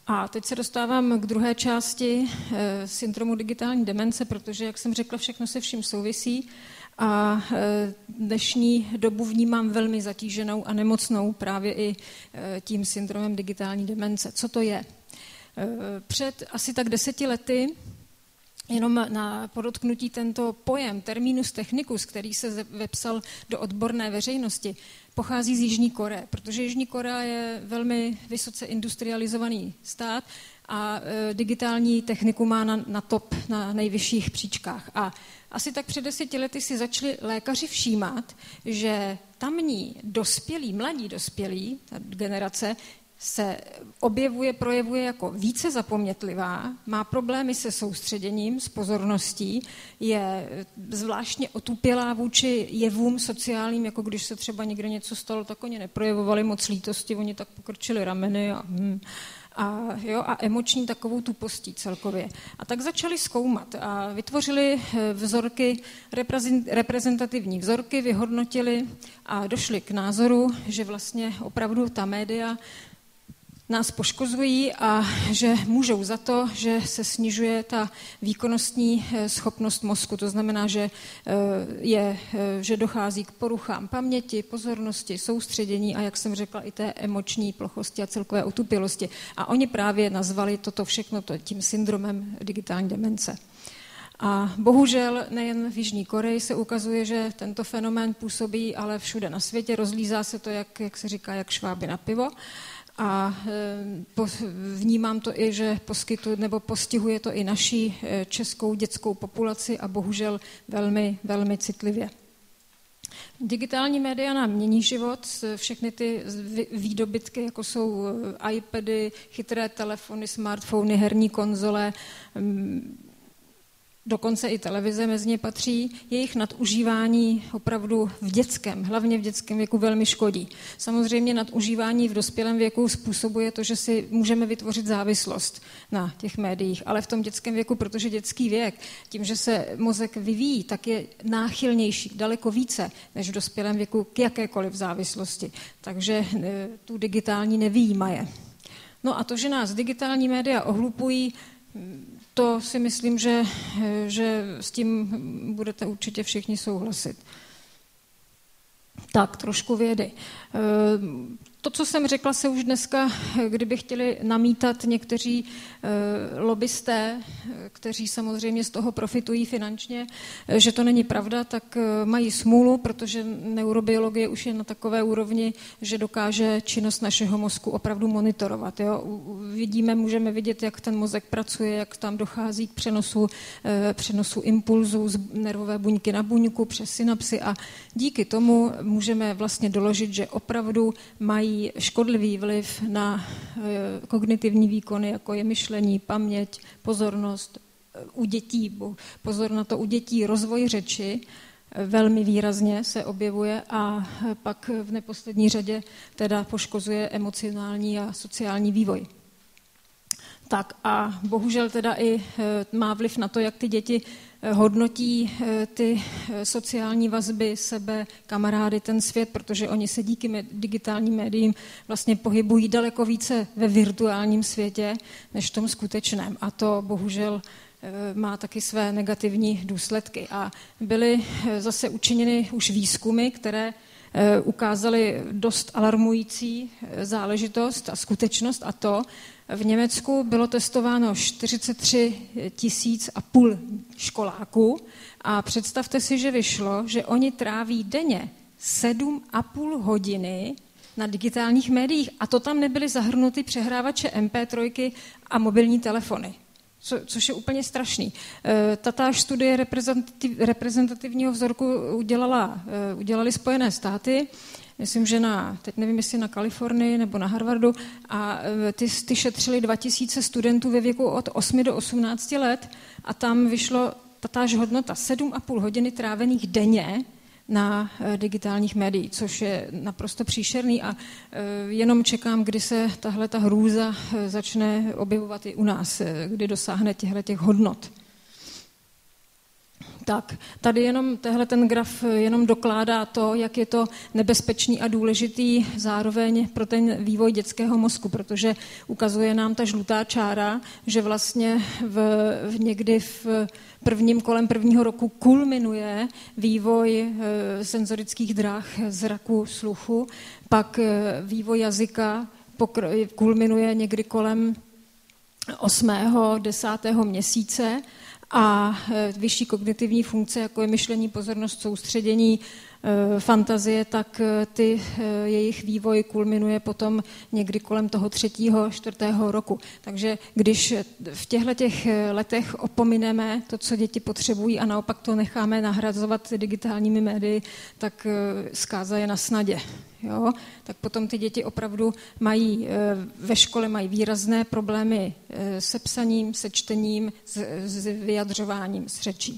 A teď se dostávám k druhé části syndromu digitální demence, protože, jak jsem řekla, všechno se vším souvisí a dnešní dobu vnímám velmi zatíženou a nemocnou právě i tím syndromem digitální demence. Co to je? Před asi tak 10 lety, jenom na podotknutí tento pojem terminus technicus, který se vepsal do odborné veřejnosti, pochází z Jižní Koreje, protože Jižní Korea je velmi vysoce industrializovaný stát a digitální techniku má na top, na nejvyšších příčkách. A asi tak před 10 lety si začali lékaři všímat, že tamní dospělí, mladí dospělí, ta generace, se projevuje jako více zapomnětlivá, má problémy se soustředěním, s pozorností, je zvláštně otupělá vůči jevům sociálním, jako když se třeba někde něco stalo, tak oni neprojevovali moc lítosti, oni tak pokrčili rameny a emoční takovou tupostí celkově. A tak začali zkoumat a vytvořili vzorky, reprezentativní vzorky, vyhodnotili a došli k názoru, že vlastně opravdu ta média nás poškozují a že můžou za to, že se snižuje ta výkonnostní schopnost mozku. To znamená, že dochází k poruchám paměti, pozornosti, soustředění a, jak jsem řekla, i té emoční plochosti a celkové otupělosti. A oni právě nazvali toto všechno tím syndromem digitální demence. A bohužel nejen v Jižní Koreji se ukazuje, že tento fenomén působí, ale všude na světě. Rozlízá se to, jak se říká, jak šváby na pivo. A vnímám to i, že postihuje to i naší českou dětskou populaci a bohužel velmi, velmi citlivě. Digitální média nám mění život, všechny ty výdobytky, jako jsou iPady, chytré telefony, smartfony, herní konzole, dokonce i televize mezi ně patří, jejich nadužívání opravdu hlavně v dětském věku velmi škodí. Samozřejmě nadužívání v dospělém věku způsobuje to, že si můžeme vytvořit závislost na těch médiích, ale v tom dětském věku, protože dětský věk, tím, že se mozek vyvíjí, tak je náchylnější daleko více než v dospělém věku k jakékoliv závislosti. Takže tu digitální nevyjímaje. No a to, že nás digitální média ohlupují, to si myslím, že s tím budete určitě všichni souhlasit. Tak, trošku vědy. To, co jsem řekla, se už dneska, kdyby chtěli namítat někteří lobbysté, kteří samozřejmě z toho profitují finančně, že to není pravda, tak mají smůlu, protože neurobiologie už je na takové úrovni, že dokáže činnost našeho mozku opravdu monitorovat. Jo? Můžeme vidět, jak ten mozek pracuje, jak tam dochází k přenosu impulzů z nervové buňky na buňku přes synapsy a díky tomu můžeme vlastně doložit, že opravdu mají škodlivý vliv na kognitivní výkony, jako je myšlení, paměť, pozornost u dětí. Pozor na to, u dětí rozvoj řeči velmi výrazně se objevuje a pak v neposlední řadě teda poškozuje emocionální a sociální vývoj. Tak a bohužel teda i má vliv na to, jak ty děti hodnotí ty sociální vazby, sebe, kamarády, ten svět, protože oni se díky digitálním médiím vlastně pohybují daleko více ve virtuálním světě, než v tom skutečném. A to bohužel má taky své negativní důsledky. A byly zase učiněny už výzkumy, které ukázaly dost alarmující záležitost a skutečnost, a to v Německu bylo testováno 43 500 školáků a představte si, že vyšlo, že oni tráví denně 7,5 hodiny na digitálních médiích a to tam nebyly zahrnuty přehrávače MP3 a mobilní telefony. Což je úplně strašný. Tatáž studie reprezentativního vzorku udělali Spojené státy, myslím, že teď nevím, jestli na Kalifornii nebo na Harvardu, a ty šetřili 2000 studentů ve věku od 8 do 18 let a tam vyšlo tatáž hodnota 7,5 hodiny trávených denně na digitálních médiích, což je naprosto příšerný a jenom čekám, kdy se tahle ta hrůza začne objevovat i u nás, kdy dosáhne těch hodnot. Tak, tady jenom tehle ten graf jenom dokládá to, jak je to nebezpečný a důležitý zároveň pro ten vývoj dětského mozku, protože ukazuje nám ta žlutá čára, že vlastně někdy v kolem prvního roku kulminuje vývoj senzorických dráh zraku, sluchu, pak vývoj jazyka kulminuje někdy kolem 8. 10. měsíce a vyšší kognitivní funkce, jako je myšlení, pozornost, soustředění, fantazie, tak jejich vývoj kulminuje potom někdy kolem toho 3. 4. roku. Takže když v těchto letech opomineme to, co děti potřebují a naopak to necháme nahrazovat digitálními médii, tak zkáza je na snadě. Jo? Tak potom ty děti opravdu mají ve škole mají výrazné problémy se psaním, se čtením, s vyjadřováním, s řečí.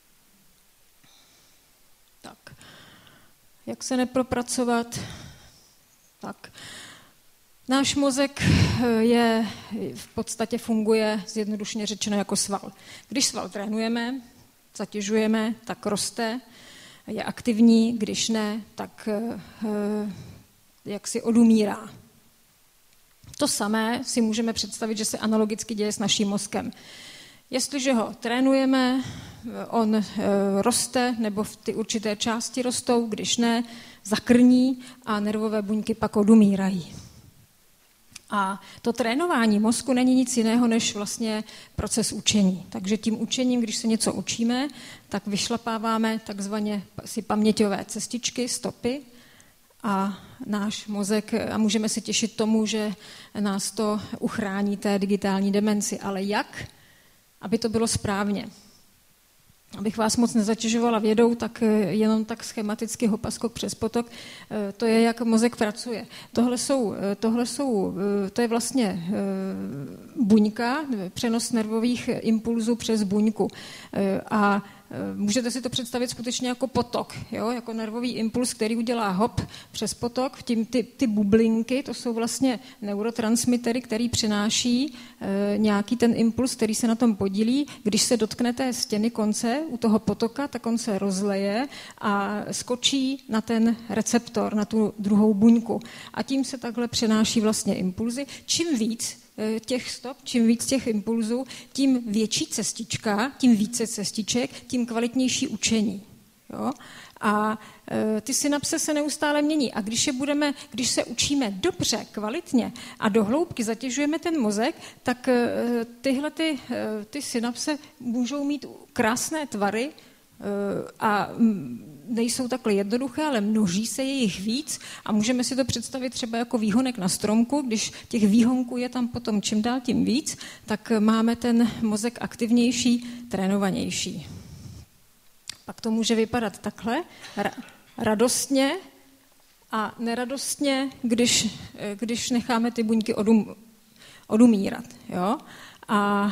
Tak. Jak se nepropracovat? Tak. Náš mozek v podstatě funguje zjednodušeně řečeno jako sval. Když sval trénujeme, zatěžujeme, tak roste, je aktivní, když ne, tak jak si odumírá. To samé si můžeme představit, že se analogicky děje s naším mozkem. Jestliže ho trénujeme, on roste, nebo ty určité části rostou, když ne, zakrní a nervové buňky pak odumírají. A to trénování mozku není nic jiného, než vlastně proces učení. Takže tím učením, když se něco učíme, tak vyšlapáváme takzvaně si paměťové cestičky, stopy, a náš mozek, a můžeme se těšit tomu, že nás to uchrání té digitální demenci. Ale jak? Aby to bylo správně. Abych vás moc nezatěžovala vědou, tak jenom tak schematicky hopaskok přes potok, to je, jak mozek pracuje. To je vlastně buňka, přenos nervových impulzů přes buňku. A můžete si to představit skutečně jako potok, jo? Jako nervový impuls, který udělá hop přes potok. Ty bublinky, to jsou vlastně neurotransmitery, který přináší nějaký ten impuls, který se na tom podílí. Když se dotkne té stěny konce u toho potoka, tak on se rozleje a skočí na ten receptor, na tu druhou buňku. A tím se takhle přenáší vlastně impulzy. Čím víc těch stop, čím víc těch impulzů, tím větší cestička, tím více cestiček, tím kvalitnější učení. Jo? A ty synapse se neustále mění. A když se učíme dobře, kvalitně a do hloubky zatěžujeme ten mozek, tak ty synapse můžou mít krásné tvary a nejsou takhle jednoduché, ale množí se jich víc a můžeme si to představit třeba jako výhonek na stromku. Když těch výhonků je tam potom čím dál tím víc, tak máme ten mozek aktivnější, trénovanější. Pak to může vypadat takhle, radostně a neradostně, když necháme ty buňky odumírat. Jo? A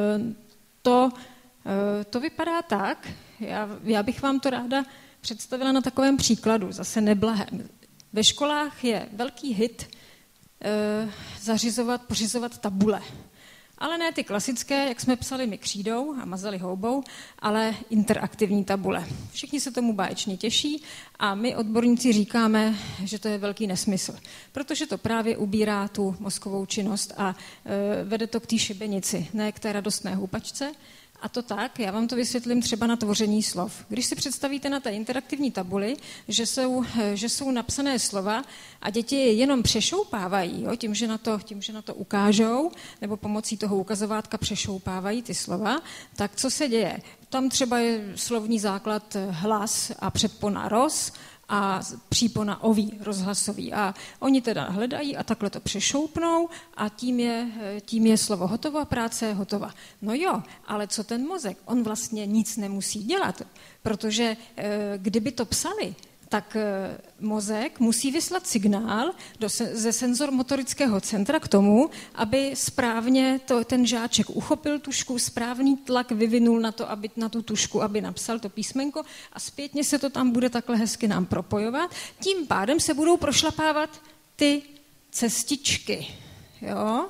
to vypadá tak, já bych vám to ráda představila na takovém příkladu, zase neblahém. Ve školách je velký hit pořizovat tabule. Ale ne ty klasické, jak jsme psali my křídou a mazali houbou, ale interaktivní tabule. Všichni se tomu báječně těší a my odborníci říkáme, že to je velký nesmysl, protože to právě ubírá tu mozkovou činnost a vede to k té šibenici, ne k té radostné houpačce. A to tak, já vám to vysvětlím třeba na tvoření slov. Když si představíte na té interaktivní tabuli, že jsou napsané slova a děti je jenom přešoupávají, jo, tím, že na to ukážou, nebo pomocí toho ukazovátka přešoupávají ty slova, tak co se děje? Tam třeba je slovní základ hlas a předpona roz a přípona oví, rozhlasový. A oni teda hledají a takhle to přešoupnou a tím je slovo hotovo a práce je hotova. No jo, ale co ten mozek? On vlastně nic nemusí dělat, protože kdyby to psali, tak mozek musí vyslat signál ze senzormotorického centra k tomu, aby správně ten žáček uchopil tužku, správný tlak vyvinul na to, aby na tu tužku, aby napsal to písmenko a zpětně se to tam bude takhle hezky nám propojovat. Tím pádem se budou prošlapávat ty cestičky. Jo?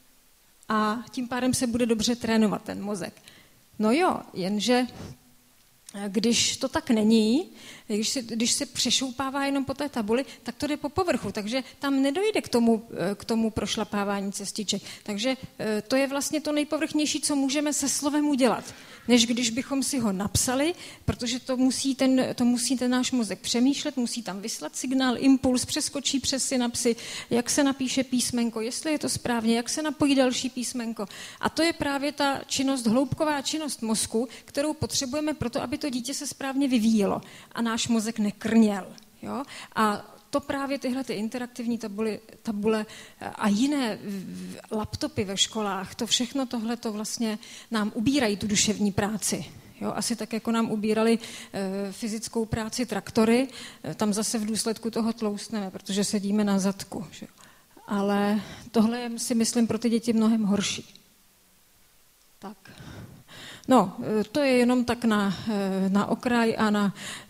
A tím pádem se bude dobře trénovat ten mozek. No jo, jenže Když to tak není, když se přešoupává jenom po té tabuli, tak to jde po povrchu, takže tam nedojde k tomu prošlapávání cestiček. Takže to je vlastně to nejpovrchnější, co můžeme se slovem udělat, než když bychom si ho napsali, protože to musí ten náš mozek přemýšlet, musí tam vyslat signál, impuls, přeskočí přes synapsy, jak se napíše písmenko, jestli je to správně, jak se napojí další písmenko. A to je právě ta činnost, hloubková činnost mozku, kterou potřebujeme proto, aby to dítě se správně vyvíjelo a náš mozek nekrněl. Jo? A to právě tyhle ty interaktivní tabule a jiné laptopy ve školách, to všechno tohle to vlastně nám ubírají tu duševní práci. Jo, asi tak, jako nám ubírali fyzickou práci traktory, tam zase v důsledku toho tloustneme, protože sedíme na zadku. Že? Ale tohle je, si myslím, pro ty děti mnohem horší. Tak. No, to je jenom tak na okraj a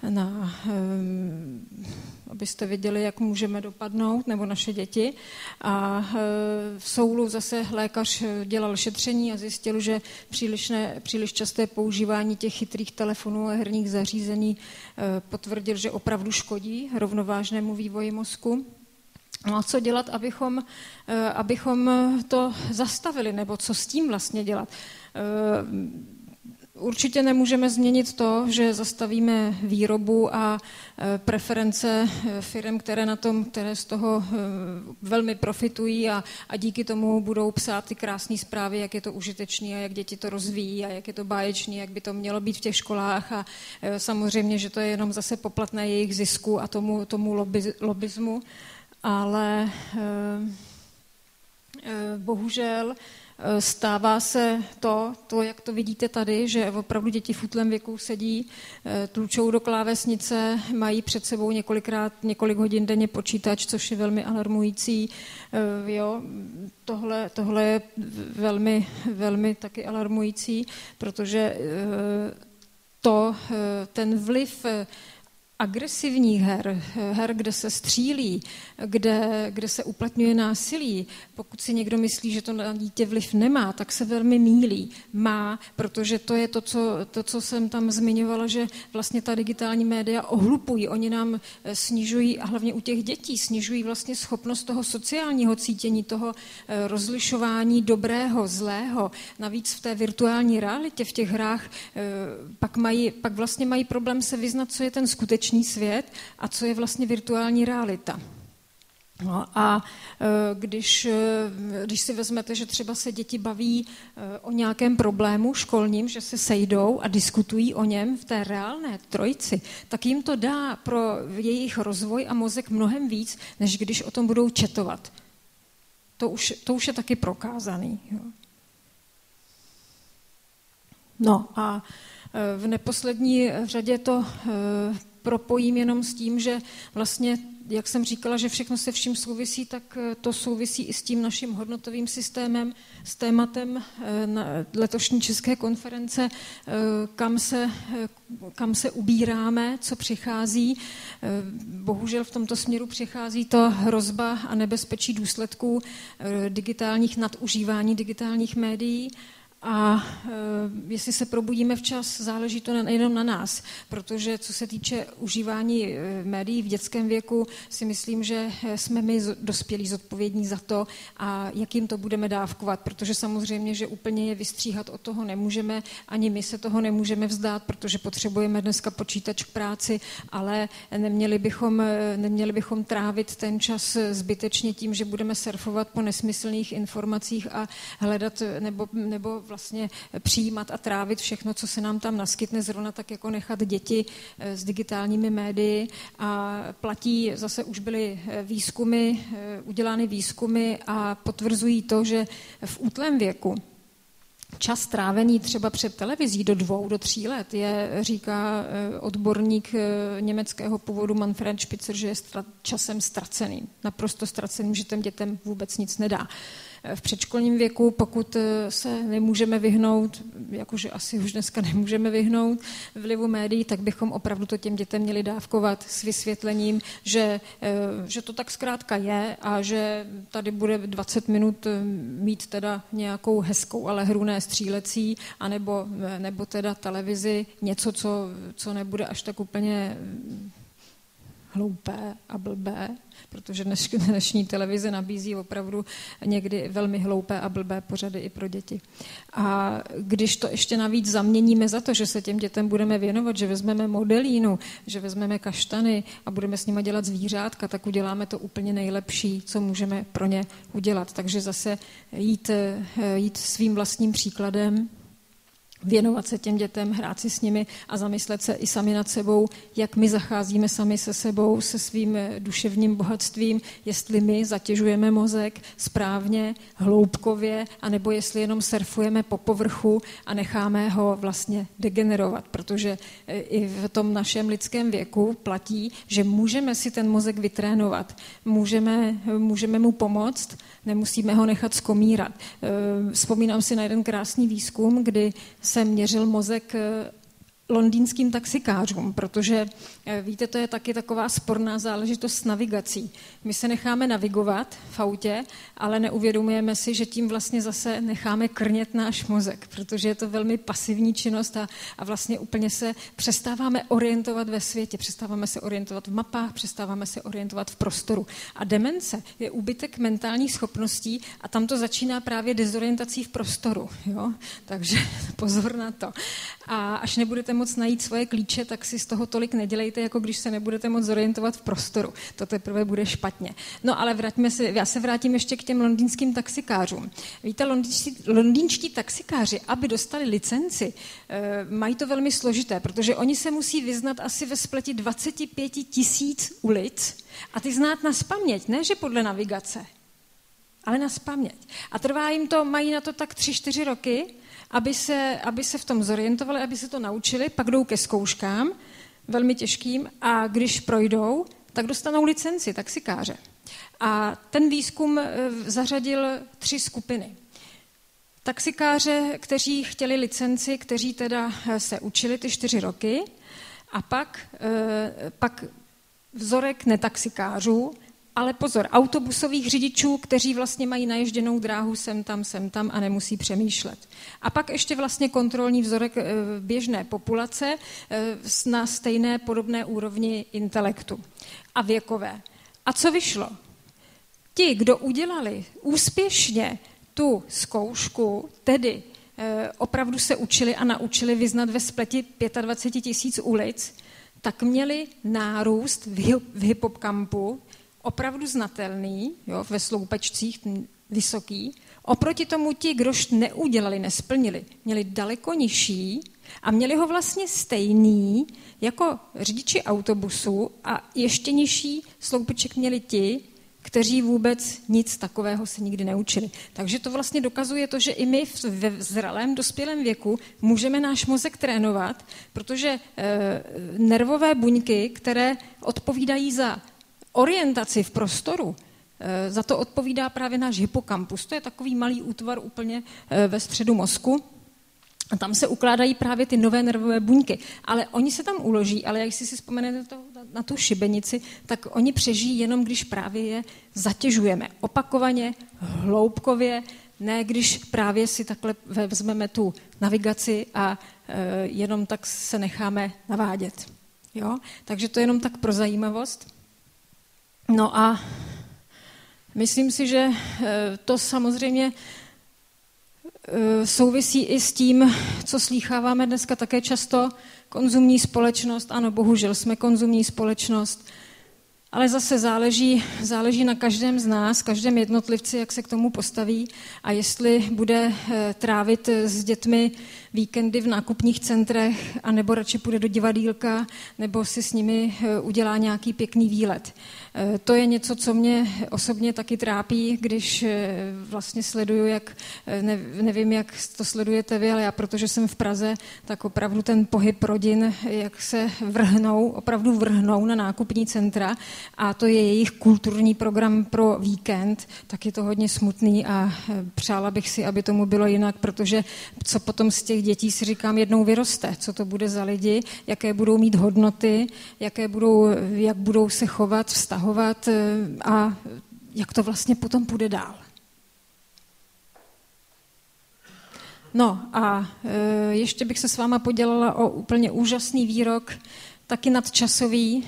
abyste viděli, jak můžeme dopadnout, nebo naše děti. A v Soulu zase lékař dělal šetření a zjistil, že příliš časté používání těch chytrých telefonů a herních zařízení potvrdil, že opravdu škodí rovnovážnému vývoji mozku. No a co dělat, abychom to zastavili, nebo co s tím vlastně dělat? Určitě nemůžeme změnit to, že zastavíme výrobu a preference firem, které z toho velmi profitují a díky tomu budou psát ty krásné zprávy, jak je to užitečný a jak děti to rozvíjí a jak je to báječný, jak by to mělo být v těch školách a samozřejmě, že to je jenom zase poplatné jejich zisku a tomu lobismu, ale bohužel stává se to, jak to vidíte tady, že opravdu děti v útlém věku sedí, tlučou do klávesnice, mají před sebou několik hodin denně počítač, což je velmi alarmující. Jo, tohle je velmi, velmi taky alarmující, protože ten vliv agresivních her, kde se střílí, kde se uplatňuje násilí. Pokud si někdo myslí, že to na dítě vliv nemá, tak se velmi mýlí. Má, protože to je to, co jsem tam zmiňovala, že vlastně ta digitální média ohlupují. Oni nám snižují, a hlavně u těch dětí, snižují vlastně schopnost toho sociálního cítění, toho rozlišování dobrého, zlého. Navíc v té virtuální realitě, v těch hrách, pak vlastně mají problém se vyznat, co je ten skutečný svět a co je vlastně virtuální realita. No a když si vezmete, že třeba se děti baví o nějakém problému školním, že se sejdou a diskutují o něm v té reálné trojici, tak jim to dá pro jejich rozvoj a mozek mnohem víc, než když o tom budou chatovat. To už je taky prokázaný. Jo. No a v neposlední řadě to propojím jenom s tím, že vlastně, jak jsem říkala, že všechno se vším souvisí, tak to souvisí i s tím naším hodnotovým systémem, s tématem letošní české konference, kam se ubíráme, co přichází. Bohužel v tomto směru přichází to hrozba a nebezpečí důsledků nadužívání digitálních médií. A jestli se probudíme včas, záleží to nejenom na nás, protože co se týče užívání médií v dětském věku, si myslím, že jsme my dospělí zodpovědní za to a jak jim to budeme dávkovat, protože samozřejmě, že úplně je vystříhat od toho nemůžeme, ani my se toho nemůžeme vzdát, protože potřebujeme dneska počítač k práci, ale neměli bychom trávit ten čas zbytečně tím, že budeme surfovat po nesmyslných informacích a hledat nebo vlastně přijímat a trávit všechno, co se nám tam naskytne, zrovna tak jako nechat děti s digitálními médii. A platí, zase už byly udělány výzkumy a potvrzují to, že v útlém věku čas strávený třeba před televizí do 2 do 3 let říká odborník německého původu Manfred Spitzer, že je časem ztraceným, naprosto ztraceným, že těm dětem vůbec nic nedá. v předškolním věku, pokud se nemůžeme vyhnout, jakože asi už dneska nemůžeme vyhnout vlivu médií, tak bychom opravdu to těm dětem měli dávkovat s vysvětlením, že to tak zkrátka je a že tady bude 20 minut mít teda nějakou hezkou, ale hru ne střílecí, nebo teda televizi, něco, co nebude až tak úplně hloupé a blbé, protože dnešní televize nabízí opravdu někdy velmi hloupé a blbé pořady i pro děti. A když to ještě navíc zaměníme za to, že se těm dětem budeme věnovat, že vezmeme modelínu, že vezmeme kaštany a budeme s nimi dělat zvířátka, tak uděláme to úplně nejlepší, co můžeme pro ně udělat. Takže zase jít svým vlastním příkladem, věnovat se těm dětem, hrát si s nimi a zamyslet se i sami nad sebou, jak my zacházíme sami se sebou, se svým duševním bohatstvím, jestli my zatěžujeme mozek správně, hloubkově, anebo jestli jenom surfujeme po povrchu a necháme ho vlastně degenerovat, protože i v tom našem lidském věku platí, že můžeme si ten mozek vytrénovat, můžeme mu pomoct, nemusíme ho nechat skomírat. Vzpomínám si na jeden krásný výzkum, kdy jsem měřil mozek londýnským taxikářům, protože víte, to je taky taková sporná záležitost s navigací. My se necháme navigovat v autě, ale neuvědomujeme si, že tím vlastně zase necháme krnět náš mozek, protože je to velmi pasivní činnost a vlastně úplně se přestáváme orientovat ve světě, přestáváme se orientovat v mapách, přestáváme se orientovat v prostoru. A demence je úbytek mentálních schopností a tam to začíná právě dezorientací v prostoru. Jo? Takže pozor na to. A až nebudete moc najít svoje klíče, tak si z toho tolik nedělejte, jako když se nebudete moc zorientovat v prostoru. To teprve bude špatně. No ale já se vrátím ještě k těm londýnským taxikářům. Víte, londýnští taxikáři, aby dostali licenci, mají to velmi složité, protože oni se musí vyznat asi ve spleti 25 000 ulic a ty znát nazpaměť, ne že podle navigace, ale nazpaměť. A trvá jim to, mají na to tak 3-4 roky, aby se v tom zorientovali, aby se to naučili, pak jdou ke zkouškám, velmi těžkým, a když projdou, tak dostanou licenci taxikáře. A ten výzkum zařadil 3 skupiny. Taxikáře, kteří chtěli licenci, kteří teda se učili ty 4 roky, a pak vzorek netaxikářů, ale pozor, autobusových řidičů, kteří vlastně mají naježděnou dráhu sem tam a nemusí přemýšlet. A pak ještě vlastně kontrolní vzorek běžné populace na stejné podobné úrovni intelektu a věkové. A co vyšlo? Ti, kdo udělali úspěšně tu zkoušku, tedy opravdu se učili a naučili vyznat ve spleti 25 000 ulic, tak měli nárůst v hypokampu opravdu znatelný, jo, ve sloupečcích vysoký. Oproti tomu ti, kdož neudělali, nesplnili, měli daleko nižší a měli ho vlastně stejný jako řidiči autobusu a ještě nižší sloupeček měli ti, kteří vůbec nic takového se nikdy neučili. Takže to vlastně dokazuje to, že i my ve zralém dospělém věku můžeme náš mozek trénovat, protože nervové buňky, které odpovídají za orientaci v prostoru, za to odpovídá právě náš hypokampus. To je takový malý útvar úplně ve středu mozku. A tam se ukládají právě ty nové nervové buňky. Ale oni se tam uloží, ale jak si vzpomenete na tu šibenici, tak oni přežijí jenom, když právě je zatěžujeme. Opakovaně, hloubkově, ne když právě si takhle vezmeme tu navigaci a jenom tak se necháme navádět. Jo? Takže to je jenom tak pro zajímavost. No a myslím si, že to samozřejmě souvisí i s tím, co slýcháváme dneska také často, konzumní společnost. Ano, bohužel jsme konzumní společnost, ale zase záleží na každém z nás, každém jednotlivci, jak se k tomu postaví a jestli bude trávit s dětmi víkendy v nákupních centrech, anebo radši půjde do divadýlka, nebo si s nimi udělá nějaký pěkný výlet. To je něco, co mě osobně taky trápí, když vlastně sleduju, nevím, jak to sledujete vy, ale já, protože jsem v Praze, tak opravdu ten pohyb rodin, jak se opravdu vrhnou na nákupní centra a to je jejich kulturní program pro víkend, tak je to hodně smutný a přála bych si, aby tomu bylo jinak, protože co potom z těch dětí si říkám jednou vyroste, co to bude za lidi, jaké budou mít hodnoty, jak budou se chovat, vztahovat a jak to vlastně potom půjde dál. No a ještě bych se s váma podělila o úplně úžasný výrok, taky nadčasový.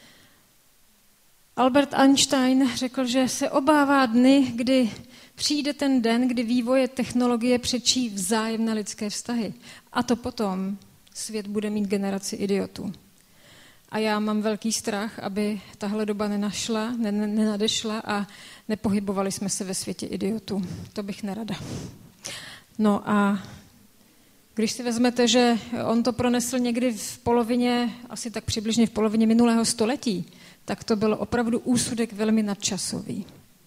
Albert Einstein řekl, že se obává dny, kdy přijde ten den, kdy vývoje technologie přečí vzájemné lidské vztahy. A to potom svět bude mít generaci idiotů. A já mám velký strach, aby tahle doba nenadešla a nepohybovali jsme se ve světě idiotů. To bych nerada. No a když si vezmete, že on to pronesl někdy asi tak přibližně v polovině minulého století, tak to byl opravdu úsudek velmi nadčasový.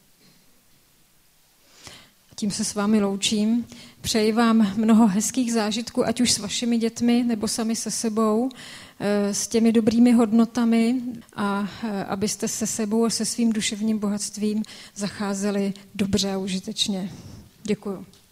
Tím se s vámi loučím. Přeji vám mnoho hezkých zážitků, ať už s vašimi dětmi, nebo sami se sebou, s těmi dobrými hodnotami a abyste se sebou a se svým duševním bohatstvím zacházeli dobře a užitečně. Děkuju.